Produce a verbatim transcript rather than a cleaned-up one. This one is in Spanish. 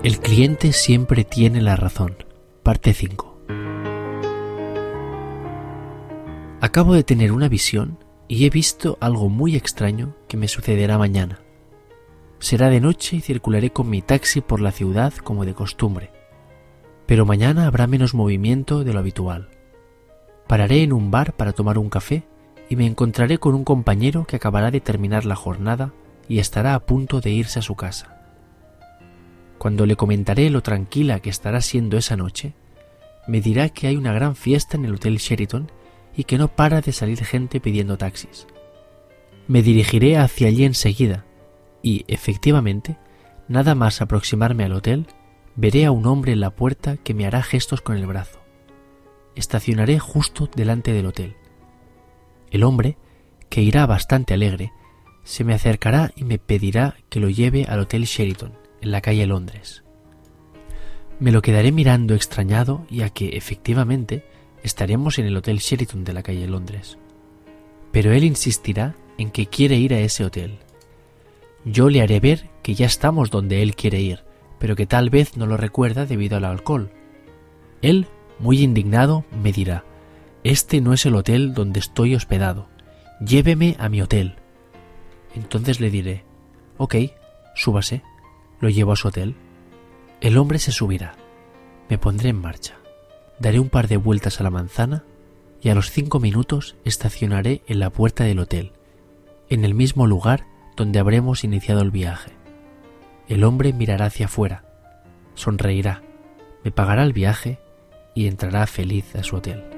El cliente siempre tiene la razón. Parte cinco. Acabo de tener una visión y he visto algo muy extraño que me sucederá mañana. Será de noche y circularé con mi taxi por la ciudad como de costumbre. Pero mañana habrá menos movimiento de lo habitual. Pararé en un bar para tomar un café y me encontraré con un compañero que acabará de terminar la jornada y estará a punto de irse a su casa. Cuando le comentaré lo tranquila que estará siendo esa noche, me dirá que hay una gran fiesta en el Hotel Sheraton y que no para de salir gente pidiendo taxis. Me dirigiré hacia allí enseguida y, efectivamente, nada más aproximarme al hotel, veré a un hombre en la puerta que me hará gestos con el brazo. Estacionaré justo delante del hotel. El hombre, que irá bastante alegre, se me acercará y me pedirá que lo lleve al Hotel Sheraton, en la calle Londres. Me lo quedaré mirando extrañado, ya que, efectivamente, estaremos en el Hotel Sheraton de la calle Londres. Pero él insistirá en que quiere ir a ese hotel. Yo le haré ver que ya estamos donde él quiere ir, pero que tal vez no lo recuerda debido al alcohol. Él, muy indignado, me dirá: «Este no es el hotel donde estoy hospedado. Lléveme a mi hotel». Entonces le diré: «Ok, súbase». Lo llevo a su hotel. El hombre se subirá. Me pondré en marcha. Daré un par de vueltas a la manzana y a los cinco minutos estacionaré en la puerta del hotel, en el mismo lugar donde habremos iniciado el viaje. El hombre mirará hacia afuera, sonreirá, me pagará el viaje y entrará feliz a su hotel.